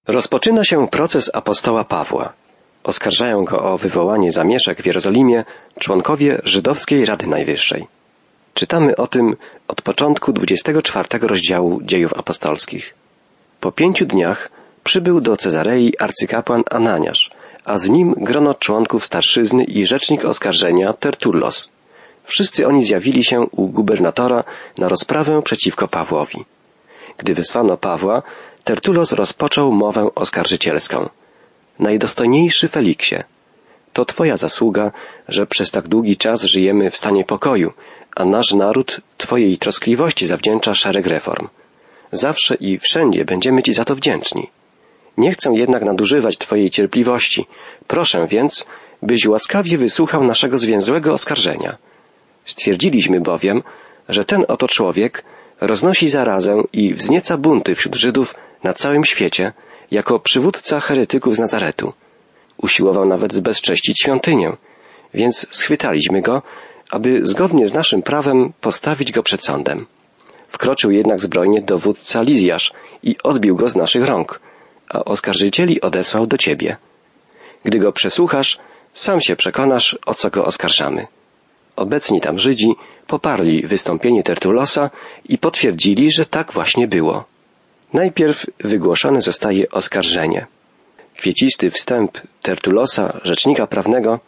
Rozpoczyna się proces apostoła Pawła. Oskarżają go o wywołanie zamieszek w Jerozolimie członkowie Żydowskiej Rady Najwyższej. Czytamy o tym od początku 24 rozdziału Dziejów Apostolskich. Po 5 dniach przybył do Cezarei arcykapłan Ananiasz, a z nim grono członków starszyzny i rzecznik oskarżenia Tertullos. Wszyscy oni zjawili się u gubernatora na rozprawę przeciwko Pawłowi. Gdy wysłano Pawła, Tertullos rozpoczął mowę oskarżycielską. Najdostojniejszy Feliksie, to Twoja zasługa, że przez tak długi czas żyjemy w stanie pokoju, a nasz naród Twojej troskliwości zawdzięcza szereg reform. Zawsze i wszędzie będziemy Ci za to wdzięczni. Nie chcę jednak nadużywać Twojej cierpliwości. Proszę więc, byś łaskawie wysłuchał naszego zwięzłego oskarżenia. Stwierdziliśmy bowiem, że ten oto człowiek roznosi zarazę i wznieca bunty wśród Żydów na całym świecie jako przywódca heretyków z Nazaretu. Usiłował nawet zbezcześcić świątynię, więc schwytaliśmy go, aby zgodnie z naszym prawem postawić go przed sądem. Wkroczył jednak zbrojnie dowódca Lizjasz i odbił go z naszych rąk, a oskarżycieli odesłał do Ciebie. Gdy go przesłuchasz, sam się przekonasz, o co go oskarżamy. Obecni tam Żydzi poparli wystąpienie Tertulosa i potwierdzili, że tak właśnie było. Najpierw wygłoszone zostaje oskarżenie. Kwiecisty wstęp Tertulosa, rzecznika prawnego,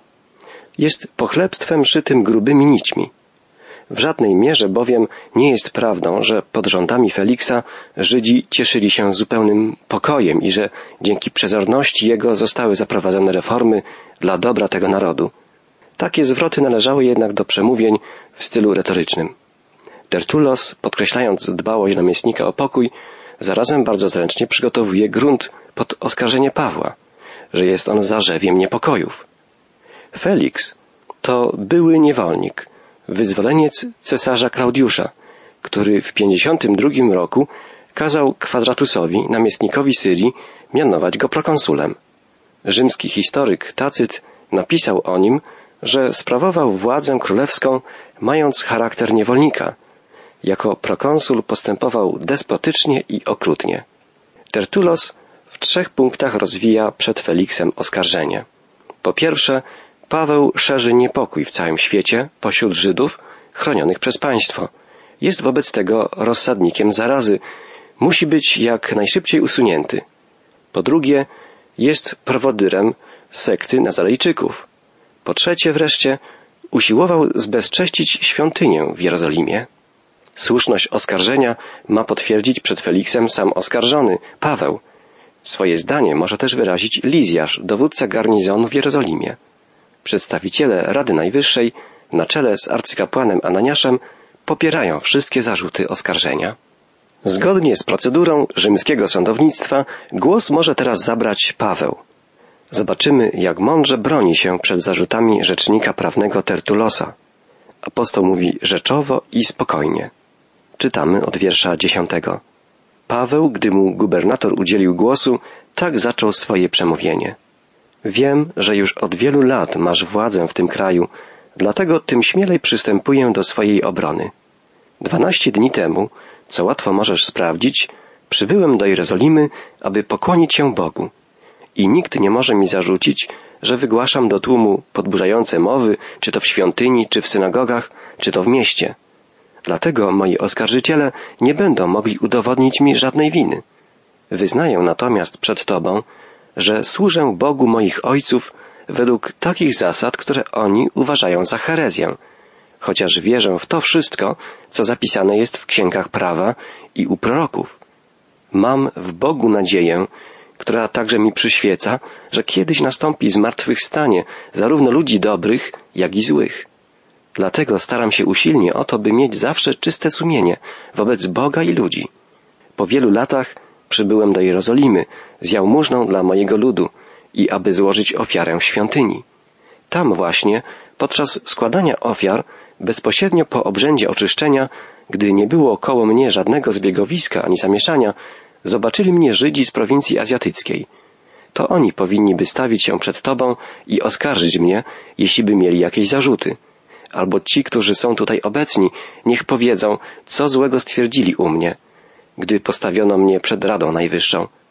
jest pochlebstwem szytym grubymi nićmi. W żadnej mierze bowiem nie jest prawdą, że pod rządami Feliksa Żydzi cieszyli się zupełnym pokojem i że dzięki przezorności jego zostały zaprowadzone reformy dla dobra tego narodu. Takie zwroty należały jednak do przemówień w stylu retorycznym. Tertulos, podkreślając dbałość namiestnika o pokój, zarazem bardzo zręcznie przygotowuje grunt pod oskarżenie Pawła, że jest on zarzewiem niepokojów. Feliks to były niewolnik, wyzwoleniec cesarza Klaudiusza, który w 52 roku kazał Kwadratusowi, namiestnikowi Syrii, mianować go prokonsulem. Rzymski historyk Tacyt napisał o nim, że sprawował władzę królewską, mając charakter niewolnika. Jako prokonsul postępował despotycznie i okrutnie. Tertulos w 3 punktach rozwija przed Feliksem oskarżenie. Po pierwsze, Paweł szerzy niepokój w całym świecie pośród Żydów chronionych przez państwo. Jest wobec tego rozsadnikiem zarazy. Musi być jak najszybciej usunięty. Po drugie, jest prowodyrem sekty Nazarejczyków. Po trzecie wreszcie, usiłował zbezcześcić świątynię w Jerozolimie. Słuszność oskarżenia ma potwierdzić przed Feliksem sam oskarżony, Paweł. Swoje zdanie może też wyrazić Lizjasz, dowódca garnizonu w Jerozolimie. Przedstawiciele Rady Najwyższej, na czele z arcykapłanem Ananiaszem, popierają wszystkie zarzuty oskarżenia. Zgodnie z procedurą rzymskiego sądownictwa głos może teraz zabrać Paweł. Zobaczymy, jak mądrze broni się przed zarzutami rzecznika prawnego Tertulosa. Apostoł mówi rzeczowo i spokojnie. Czytamy od wiersza 10. Paweł, gdy mu gubernator udzielił głosu, tak zaczął swoje przemówienie. Wiem, że już od wielu lat masz władzę w tym kraju, dlatego tym śmielej przystępuję do swojej obrony. 12 dni temu, co łatwo możesz sprawdzić, przybyłem do Jerozolimy, aby pokłonić się Bogu. I nikt nie może mi zarzucić, że wygłaszam do tłumu podburzające mowy, czy to w świątyni, czy w synagogach, czy to w mieście. Dlatego moi oskarżyciele nie będą mogli udowodnić mi żadnej winy. Wyznaję natomiast przed Tobą, że służę Bogu moich ojców według takich zasad, które oni uważają za herezję, chociaż wierzę w to wszystko, co zapisane jest w księgach prawa i u proroków. Mam w Bogu nadzieję, która także mi przyświeca, że kiedyś nastąpi zmartwychwstanie zarówno ludzi dobrych, jak i złych. Dlatego staram się usilnie o to, by mieć zawsze czyste sumienie wobec Boga i ludzi. Po wielu latach przybyłem do Jerozolimy z jałmużną dla mojego ludu i aby złożyć ofiarę w świątyni. Tam właśnie, podczas składania ofiar, bezpośrednio po obrzędzie oczyszczenia, gdy nie było koło mnie żadnego zbiegowiska ani zamieszania, zobaczyli mnie Żydzi z prowincji azjatyckiej. To oni powinni by stawić się przed Tobą i oskarżyć mnie, jeśli by mieli jakieś zarzuty. Albo ci, którzy są tutaj obecni, niech powiedzą, co złego stwierdzili u mnie, gdy postawiono mnie przed Radą Najwyższą.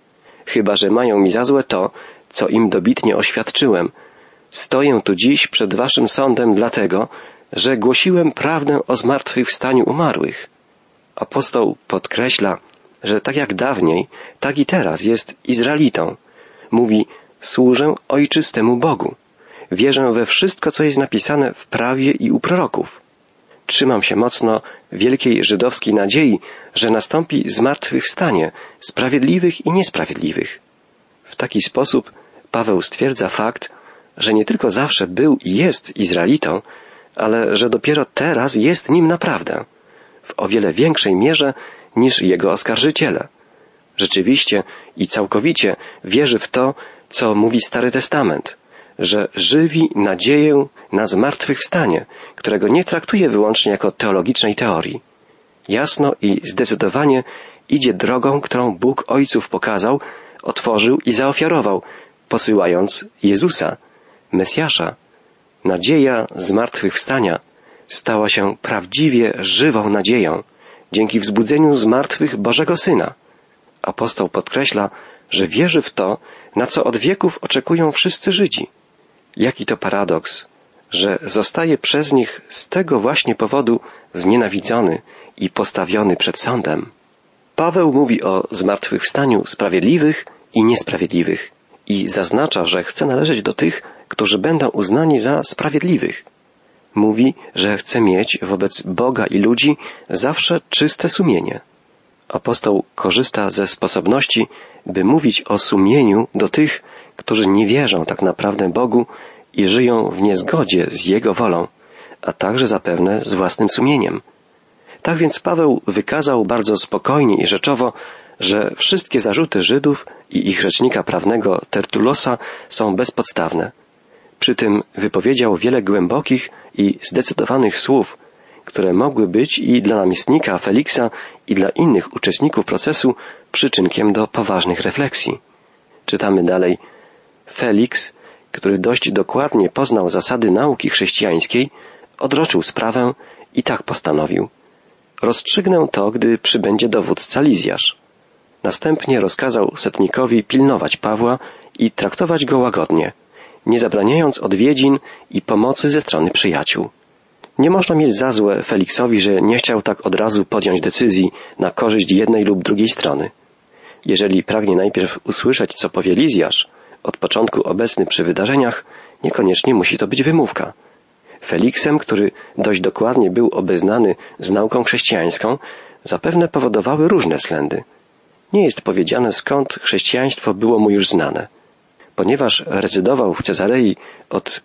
chyba że mają mi za złe to, co im dobitnie oświadczyłem. Stoję tu dziś przed waszym sądem dlatego, że głosiłem prawdę o zmartwychwstaniu umarłych. Apostoł podkreśla, że tak jak dawniej, tak i teraz jest Izraelitą. Mówi, służę ojczystemu Bogu. Wierzę we wszystko, co jest napisane w prawie i u proroków. Trzymam się mocno wielkiej żydowskiej nadziei, że nastąpi zmartwychwstanie sprawiedliwych i niesprawiedliwych. W taki sposób Paweł stwierdza fakt, że nie tylko zawsze był i jest Izraelitą, ale że dopiero teraz jest nim naprawdę, w o wiele większej mierze niż jego oskarżyciele. Rzeczywiście i całkowicie wierzy w to, co mówi Stary Testament, że żywi nadzieję na zmartwychwstanie, którego nie traktuje wyłącznie jako teologicznej teorii. Jasno i zdecydowanie idzie drogą, którą Bóg Ojców pokazał, otworzył i zaofiarował, posyłając Jezusa, Mesjasza. Nadzieja zmartwychwstania stała się prawdziwie żywą nadzieją dzięki wzbudzeniu z martwych Bożego Syna. Apostoł podkreśla, że wierzy w to, na co od wieków oczekują wszyscy Żydzi. Jaki to paradoks, że zostaje przez nich z tego właśnie powodu znienawidzony i postawiony przed sądem. Paweł mówi o zmartwychwstaniu sprawiedliwych i niesprawiedliwych i zaznacza, że chce należeć do tych, którzy będą uznani za sprawiedliwych. Mówi, że chce mieć wobec Boga i ludzi zawsze czyste sumienie. Apostoł korzysta ze sposobności, by mówić o sumieniu do tych, którzy nie wierzą tak naprawdę Bogu i żyją w niezgodzie z Jego wolą, a także zapewne z własnym sumieniem. Tak więc Paweł wykazał bardzo spokojnie i rzeczowo, że wszystkie zarzuty Żydów i ich rzecznika prawnego Tertulosa są bezpodstawne. Przy tym wypowiedział wiele głębokich i zdecydowanych słów, które mogły być i dla namiestnika Feliksa, i dla innych uczestników procesu przyczynkiem do poważnych refleksji. Czytamy dalej. Feliks, który dość dokładnie poznał zasady nauki chrześcijańskiej, odroczył sprawę i tak postanowił. Rozstrzygnę to, gdy przybędzie dowódca Lizjasz. Następnie rozkazał setnikowi pilnować Pawła i traktować go łagodnie, nie zabraniając odwiedzin i pomocy ze strony przyjaciół. Nie można mieć za złe Feliksowi, że nie chciał tak od razu podjąć decyzji na korzyść jednej lub drugiej strony. Jeżeli pragnie najpierw usłyszeć, co powie Lizjasz, od początku obecny przy wydarzeniach, niekoniecznie musi to być wymówka. Feliksem, który dość dokładnie był obeznany z nauką chrześcijańską, zapewne powodowały różne względy. Nie jest powiedziane, skąd chrześcijaństwo było mu już znane. Ponieważ rezydował w Cezarei od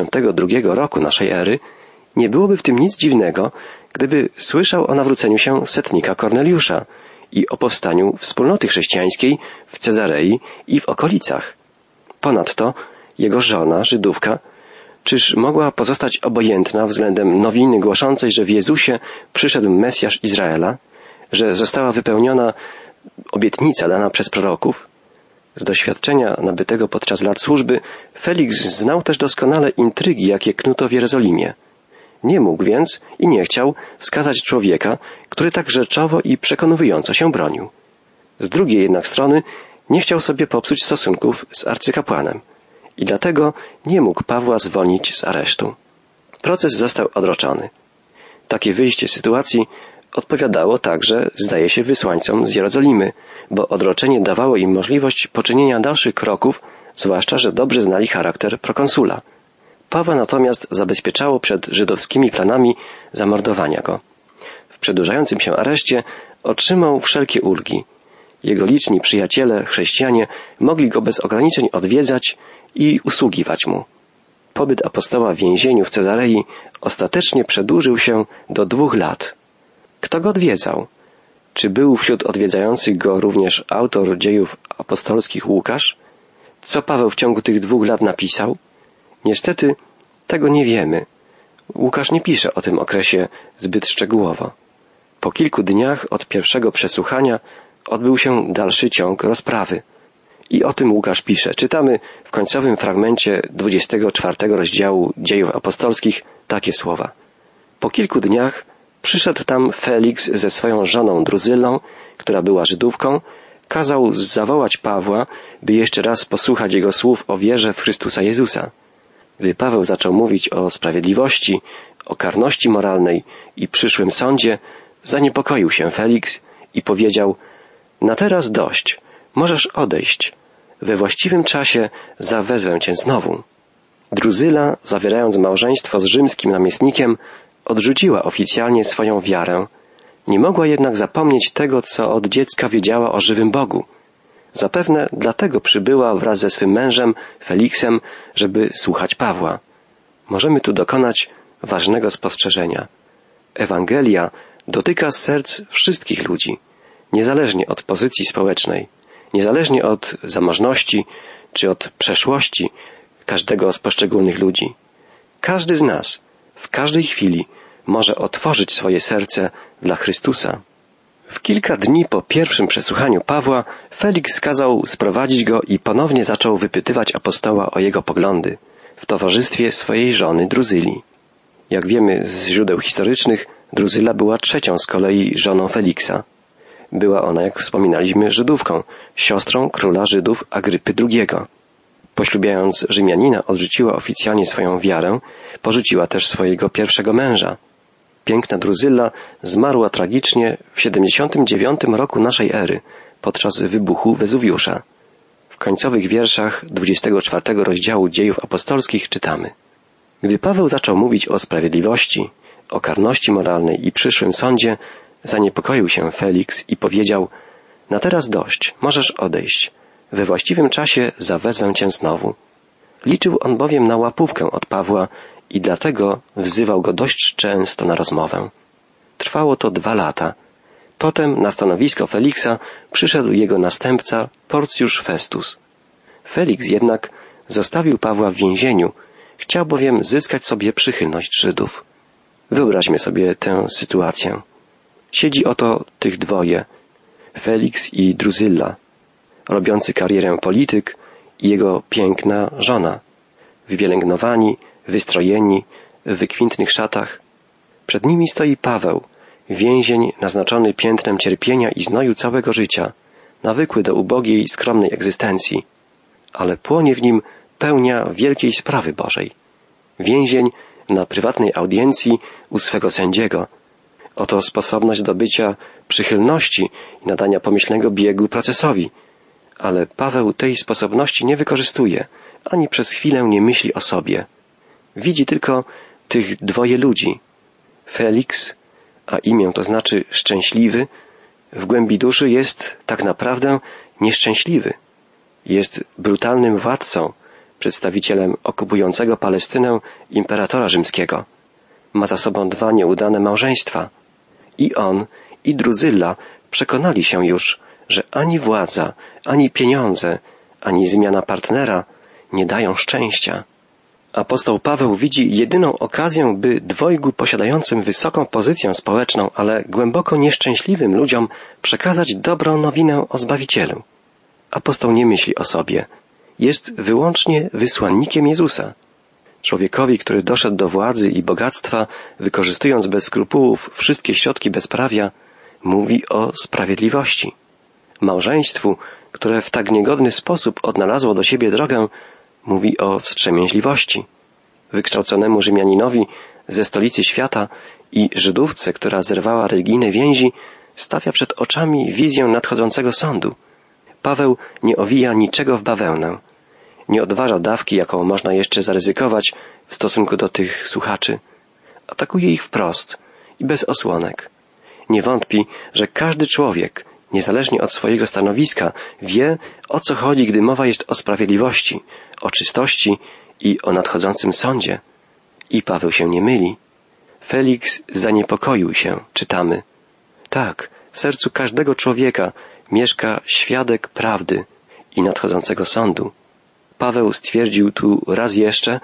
52 roku naszej ery, nie byłoby w tym nic dziwnego, gdyby słyszał o nawróceniu się setnika Korneliusza i o powstaniu wspólnoty chrześcijańskiej w Cezarei i w okolicach. Ponadto jego żona, Żydówka, czyż mogła pozostać obojętna względem nowiny głoszącej, że w Jezusie przyszedł Mesjasz Izraela, że została wypełniona obietnica dana przez proroków? Z doświadczenia nabytego podczas lat służby Feliks znał też doskonale intrygi, jakie knuto w Jerozolimie. Nie mógł więc i nie chciał skazać człowieka, który tak rzeczowo i przekonująco się bronił. Z drugiej jednak strony nie chciał sobie popsuć stosunków z arcykapłanem i dlatego nie mógł Pawła zwolnić z aresztu. Proces został odroczony. Takie wyjście z sytuacji odpowiadało także, zdaje się, wysłańcom z Jerozolimy, bo odroczenie dawało im możliwość poczynienia dalszych kroków, zwłaszcza, że dobrze znali charakter prokonsula. Pawła natomiast zabezpieczało przed żydowskimi planami zamordowania go. W przedłużającym się areszcie otrzymał wszelkie ulgi. Jego liczni przyjaciele, chrześcijanie, mogli go bez ograniczeń odwiedzać i usługiwać mu. Pobyt apostoła w więzieniu w Cezarei ostatecznie przedłużył się do 2 lat. Kto go odwiedzał? Czy był wśród odwiedzających go również autor dziejów apostolskich Łukasz? Co Paweł w ciągu tych 2 lat napisał? Niestety tego nie wiemy. Łukasz nie pisze o tym okresie zbyt szczegółowo. Po kilku dniach od pierwszego przesłuchania odbył się dalszy ciąg rozprawy. I o tym Łukasz pisze. Czytamy w końcowym fragmencie 24 rozdziału Dziejów Apostolskich takie słowa. Po kilku dniach przyszedł tam Feliks ze swoją żoną Druzylą, która była Żydówką, kazał zawołać Pawła, by jeszcze raz posłuchać jego słów o wierze w Chrystusa Jezusa. Gdy Paweł zaczął mówić o sprawiedliwości, o karności moralnej i przyszłym sądzie, zaniepokoił się Feliks i powiedział: na teraz dość, możesz odejść. We właściwym czasie zawezwę cię znowu. Druzyla, zawierając małżeństwo z rzymskim namiestnikiem, odrzuciła oficjalnie swoją wiarę. Nie mogła jednak zapomnieć tego, co od dziecka wiedziała o żywym Bogu. Zapewne dlatego przybyła wraz ze swym mężem, Feliksem, żeby słuchać Pawła. Możemy tu dokonać ważnego spostrzeżenia. Ewangelia dotyka serc wszystkich ludzi, niezależnie od pozycji społecznej, niezależnie od zamożności czy od przeszłości każdego z poszczególnych ludzi. Każdy z nas w każdej chwili może otworzyć swoje serce dla Chrystusa. W kilka dni po pierwszym przesłuchaniu Pawła Feliks kazał sprowadzić go i ponownie zaczął wypytywać apostoła o jego poglądy w towarzystwie swojej żony Druzyli. Jak wiemy z źródeł historycznych, Druzyla była trzecią z kolei żoną Feliksa. Była ona, jak wspominaliśmy, Żydówką, siostrą króla Żydów Agrypy II. Poślubiając Rzymianina, odrzuciła oficjalnie swoją wiarę, porzuciła też swojego pierwszego męża. Piękna Druzyla zmarła tragicznie w 79 roku naszej ery, podczas wybuchu Wezuwiusza. W końcowych wierszach 24 rozdziału Dziejów Apostolskich czytamy: gdy Paweł zaczął mówić o sprawiedliwości, o karności moralnej i przyszłym sądzie, zaniepokoił się Feliks i powiedział: na teraz dość, możesz odejść. We właściwym czasie zawezwę cię znowu. Liczył on bowiem na łapówkę od Pawła i dlatego wzywał go dość często na rozmowę. Trwało to 2 lata. Potem na stanowisko Feliksa przyszedł jego następca Porcjusz Festus. Feliks jednak zostawił Pawła w więzieniu, chciał bowiem zyskać sobie przychylność Żydów. Wyobraźmy sobie tę sytuację. Siedzi oto tych dwoje, Feliks i Druzylla, robiący karierę polityk i jego piękna żona, wypielęgnowani, wystrojeni, w wykwintnych szatach. Przed nimi stoi Paweł, więzień naznaczony piętnem cierpienia i znoju całego życia, nawykły do ubogiej, skromnej egzystencji, ale płonie w nim pełnia wielkiej sprawy Bożej. Więzień na prywatnej audiencji u swego sędziego. Oto sposobność do bycia przychylności i nadania pomyślnego biegu procesowi. Ale Paweł tej sposobności nie wykorzystuje, ani przez chwilę nie myśli o sobie. Widzi tylko tych dwoje ludzi. Feliks, a imię to znaczy szczęśliwy, w głębi duszy jest tak naprawdę nieszczęśliwy. Jest brutalnym władcą, przedstawicielem okupującego Palestynę imperatora rzymskiego. Ma za sobą 2 nieudane małżeństwa. I on, i Druzylla przekonali się już, że ani władza, ani pieniądze, ani zmiana partnera nie dają szczęścia. Apostoł Paweł widzi jedyną okazję, by dwojgu posiadającym wysoką pozycję społeczną, ale głęboko nieszczęśliwym ludziom przekazać dobrą nowinę o Zbawicielu. Apostoł nie myśli o sobie. Jest wyłącznie wysłannikiem Jezusa. Człowiekowi, który doszedł do władzy i bogactwa, wykorzystując bez skrupułów wszystkie środki bezprawia, mówi o sprawiedliwości. Małżeństwu, które w tak niegodny sposób odnalazło do siebie drogę, mówi o wstrzemięźliwości. Wykształconemu Rzymianinowi ze stolicy świata i Żydówce, która zerwała religijne więzi, stawia przed oczami wizję nadchodzącego sądu. Paweł nie owija niczego w bawełnę. Nie odważa dawki, jaką można jeszcze zaryzykować w stosunku do tych słuchaczy. Atakuje ich wprost i bez osłonek. Nie wątpi, że każdy człowiek, niezależnie od swojego stanowiska, wie, o co chodzi, gdy mowa jest o sprawiedliwości, o czystości i o nadchodzącym sądzie. I Paweł się nie myli. Feliks zaniepokoił się, czytamy. Tak, w sercu każdego człowieka mieszka świadek prawdy i nadchodzącego sądu. Paweł stwierdził tu raz jeszcze,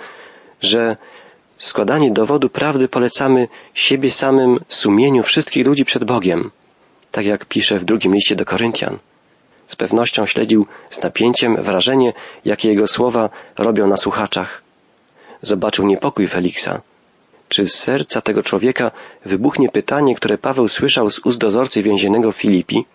że składanie dowodu prawdy polecamy siebie samym sumieniu wszystkich ludzi przed Bogiem, tak jak pisze w 2 liście do Koryntian. Z pewnością śledził z napięciem wrażenie, jakie jego słowa robią na słuchaczach. Zobaczył niepokój Feliksa. Czy z serca tego człowieka wybuchnie pytanie, które Paweł słyszał z ust dozorcy więziennego w Filipi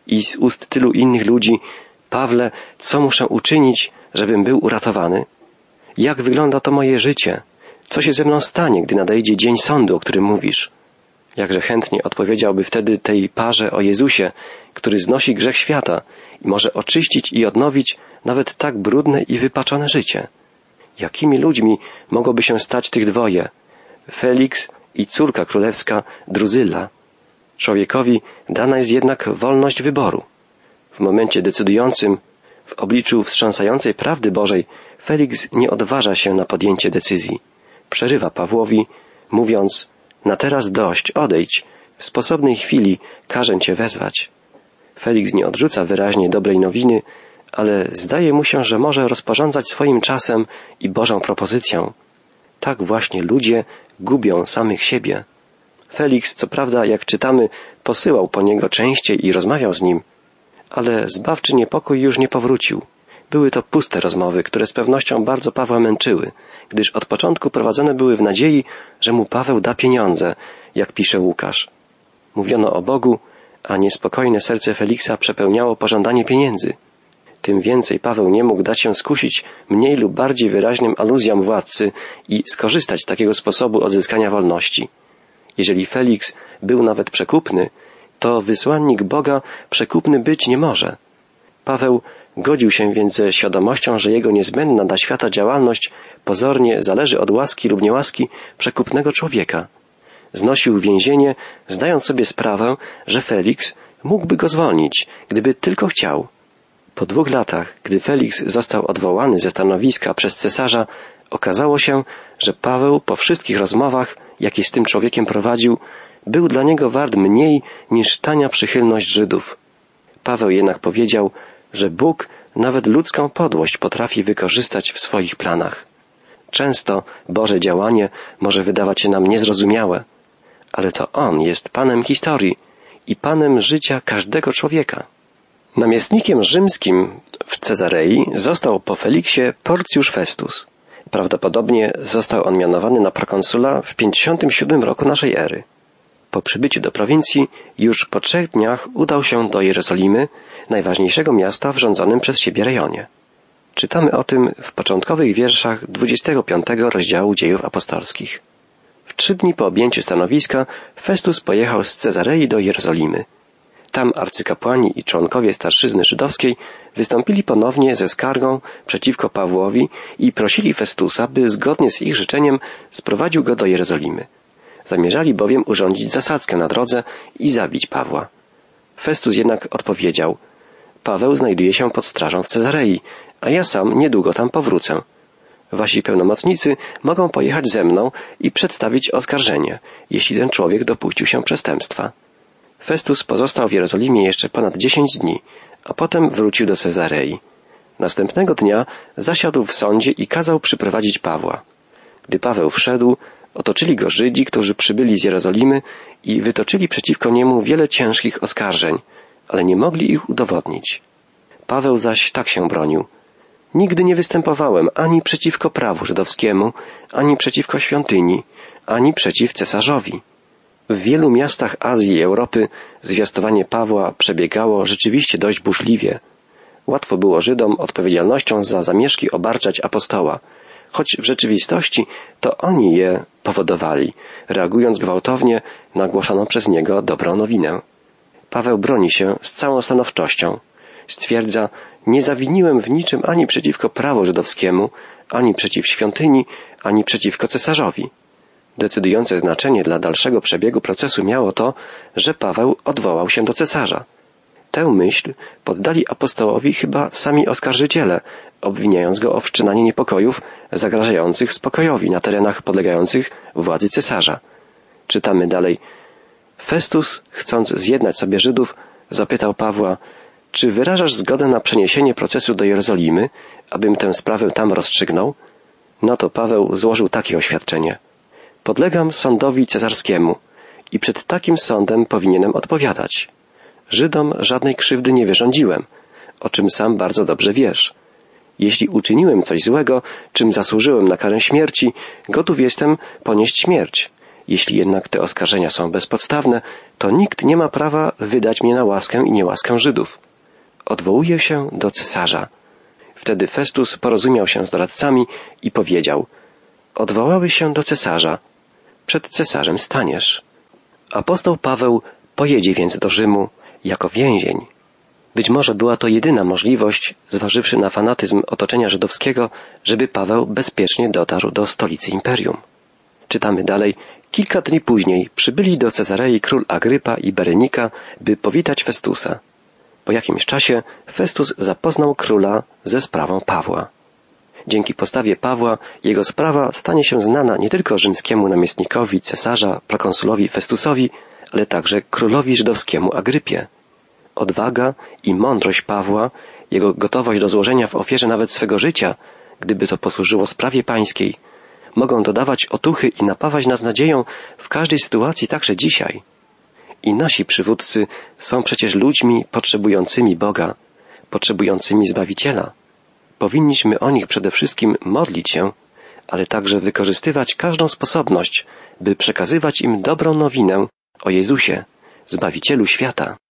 i z ust tylu innych ludzi: Pawle, co muszę uczynić, żebym był uratowany? Jak wygląda to moje życie? Co się ze mną stanie, gdy nadejdzie dzień sądu, o którym mówisz? Jakże chętnie odpowiedziałby wtedy tej parze o Jezusie, który znosi grzech świata i może oczyścić i odnowić nawet tak brudne i wypaczone życie. Jakimi ludźmi mogłoby się stać tych dwoje, Feliks i córka królewska Druzylla? Człowiekowi dana jest jednak wolność wyboru. W momencie decydującym, w obliczu wstrząsającej prawdy Bożej, Feliks nie odważa się na podjęcie decyzji. Przerywa Pawłowi, mówiąc: na teraz dość, odejdź, w sposobnej chwili każę cię wezwać. Feliks nie odrzuca wyraźnie dobrej nowiny, ale zdaje mu się, że może rozporządzać swoim czasem i Bożą propozycją. Tak właśnie ludzie gubią samych siebie. Feliks, co prawda, jak czytamy, posyłał po niego częściej i rozmawiał z nim, ale zbawczy niepokój już nie powrócił. Były to puste rozmowy, które z pewnością bardzo Pawła męczyły, gdyż od początku prowadzone były w nadziei, że mu Paweł da pieniądze, jak pisze Łukasz. Mówiono o Bogu, a niespokojne serce Feliksa przepełniało pożądanie pieniędzy. Tym więcej Paweł nie mógł dać się skusić mniej lub bardziej wyraźnym aluzjom władcy i skorzystać z takiego sposobu odzyskania wolności. Jeżeli Feliks był nawet przekupny, to wysłannik Boga przekupny być nie może. Paweł godził się więc ze świadomością, że jego niezbędna dla świata działalność pozornie zależy od łaski lub niełaski przekupnego człowieka. Znosił więzienie, zdając sobie sprawę, że Feliks mógłby go zwolnić, gdyby tylko chciał. Po 2 latach, gdy Feliks został odwołany ze stanowiska przez cesarza, okazało się, że Paweł po wszystkich rozmowach, jakie z tym człowiekiem prowadził, był dla niego wart mniej niż tania przychylność Żydów. Paweł jednak powiedział, że Bóg nawet ludzką podłość potrafi wykorzystać w swoich planach. Często Boże działanie może wydawać się nam niezrozumiałe, ale to On jest Panem historii i Panem życia każdego człowieka. Namiestnikiem rzymskim w Cezarei został po Feliksie Porcjusz Festus. Prawdopodobnie został on mianowany na prokonsula w 57 roku naszej ery. Po przybyciu do prowincji już po 3 dniach udał się do Jerozolimy, najważniejszego miasta w rządzonym przez siebie rejonie. Czytamy o tym w początkowych wierszach 25 rozdziału Dziejów Apostolskich. W 3 dni po objęciu stanowiska Festus pojechał z Cezarei do Jerozolimy. Tam arcykapłani i członkowie starszyzny żydowskiej wystąpili ponownie ze skargą przeciwko Pawłowi i prosili Festusa, by zgodnie z ich życzeniem sprowadził go do Jerozolimy. Zamierzali bowiem urządzić zasadzkę na drodze i zabić Pawła. Festus jednak odpowiedział: Paweł znajduje się pod strażą w Cezarei, a ja sam niedługo tam powrócę. Wasi pełnomocnicy mogą pojechać ze mną i przedstawić oskarżenie, jeśli ten człowiek dopuścił się przestępstwa. Festus pozostał w Jerozolimie jeszcze ponad 10 dni, a potem wrócił do Cezarei. Następnego dnia zasiadł w sądzie i kazał przyprowadzić Pawła. Gdy Paweł wszedł, otoczyli go Żydzi, którzy przybyli z Jerozolimy i wytoczyli przeciwko niemu wiele ciężkich oskarżeń, ale nie mogli ich udowodnić. Paweł zaś tak się bronił: nigdy nie występowałem ani przeciwko prawu żydowskiemu, ani przeciwko świątyni, ani przeciw cesarzowi. W wielu miastach Azji i Europy zwiastowanie Pawła przebiegało rzeczywiście dość burzliwie. Łatwo było Żydom odpowiedzialnością za zamieszki obarczać apostoła, choć w rzeczywistości to oni je powodowali, reagując gwałtownie na głoszoną przez niego dobrą nowinę. Paweł broni się z całą stanowczością. Stwierdza: nie zawiniłem w niczym ani przeciwko prawu żydowskiemu, ani przeciw świątyni, ani przeciwko cesarzowi. Decydujące znaczenie dla dalszego przebiegu procesu miało to, że Paweł odwołał się do cesarza. Tę myśl poddali apostołowi chyba sami oskarżyciele, obwiniając go o wszczynanie niepokojów zagrażających spokojowi na terenach podlegających władzy cesarza. Czytamy dalej: Festus, chcąc zjednać sobie Żydów, zapytał Pawła: czy wyrażasz zgodę na przeniesienie procesu do Jerozolimy, abym tę sprawę tam rozstrzygnął? Na to Paweł złożył takie oświadczenie: podlegam sądowi cesarskiemu i przed takim sądem powinienem odpowiadać. Żydom żadnej krzywdy nie wyrządziłem, o czym sam bardzo dobrze wiesz. Jeśli uczyniłem coś złego, czym zasłużyłem na karę śmierci, gotów jestem ponieść śmierć. Jeśli jednak te oskarżenia są bezpodstawne, to nikt nie ma prawa wydać mnie na łaskę i niełaskę Żydów. Odwołuję się do cesarza. Wtedy Festus porozumiał się z doradcami i powiedział: odwołałeś się do cesarza. Przed cesarzem staniesz. Apostoł Paweł pojedzie więc do Rzymu jako więzień. Być może była to jedyna możliwość, zważywszy na fanatyzm otoczenia żydowskiego, żeby Paweł bezpiecznie dotarł do stolicy imperium. Czytamy dalej: kilka dni później przybyli do Cezarei król Agrypa i Berenika, by powitać Festusa. Po jakimś czasie Festus zapoznał króla ze sprawą Pawła. Dzięki postawie Pawła jego sprawa stanie się znana nie tylko rzymskiemu namiestnikowi cesarza, prokonsulowi Festusowi, ale także królowi żydowskiemu Agrypie. Odwaga i mądrość Pawła, jego gotowość do złożenia w ofierze nawet swego życia, gdyby to posłużyło sprawie pańskiej, mogą dodawać otuchy i napawać nas nadzieją w każdej sytuacji, także dzisiaj. I nasi przywódcy są przecież ludźmi potrzebującymi Boga, potrzebującymi Zbawiciela. Powinniśmy o nich przede wszystkim modlić się, ale także wykorzystywać każdą sposobność, by przekazywać im dobrą nowinę o Jezusie, Zbawicielu świata.